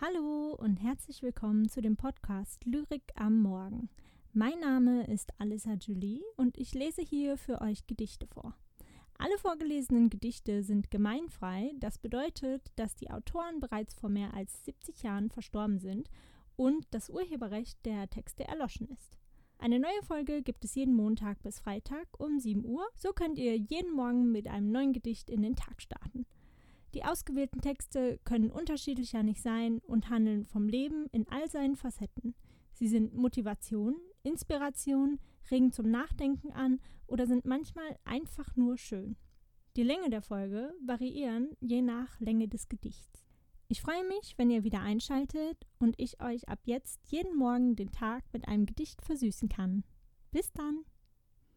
Hallo und herzlich willkommen zu dem Podcast Lyrik am Morgen. Mein Name ist Alissa Julie und ich lese hier für euch Gedichte vor. Alle vorgelesenen Gedichte sind gemeinfrei, das bedeutet, dass die Autoren bereits vor mehr als 70 Jahren verstorben sind und das Urheberrecht der Texte erloschen ist. Eine neue Folge gibt es jeden Montag bis Freitag um 7 Uhr, so könnt ihr jeden Morgen mit einem neuen Gedicht in den Tag starten. Die ausgewählten Texte können unterschiedlicher nicht sein und handeln vom Leben in all seinen Facetten. Sie sind Motivation, Inspiration, regen zum Nachdenken an oder sind manchmal einfach nur schön. Die Länge der Folge variieren je nach Länge des Gedichts. Ich freue mich, wenn ihr wieder einschaltet und ich euch ab jetzt jeden Morgen den Tag mit einem Gedicht versüßen kann. Bis dann!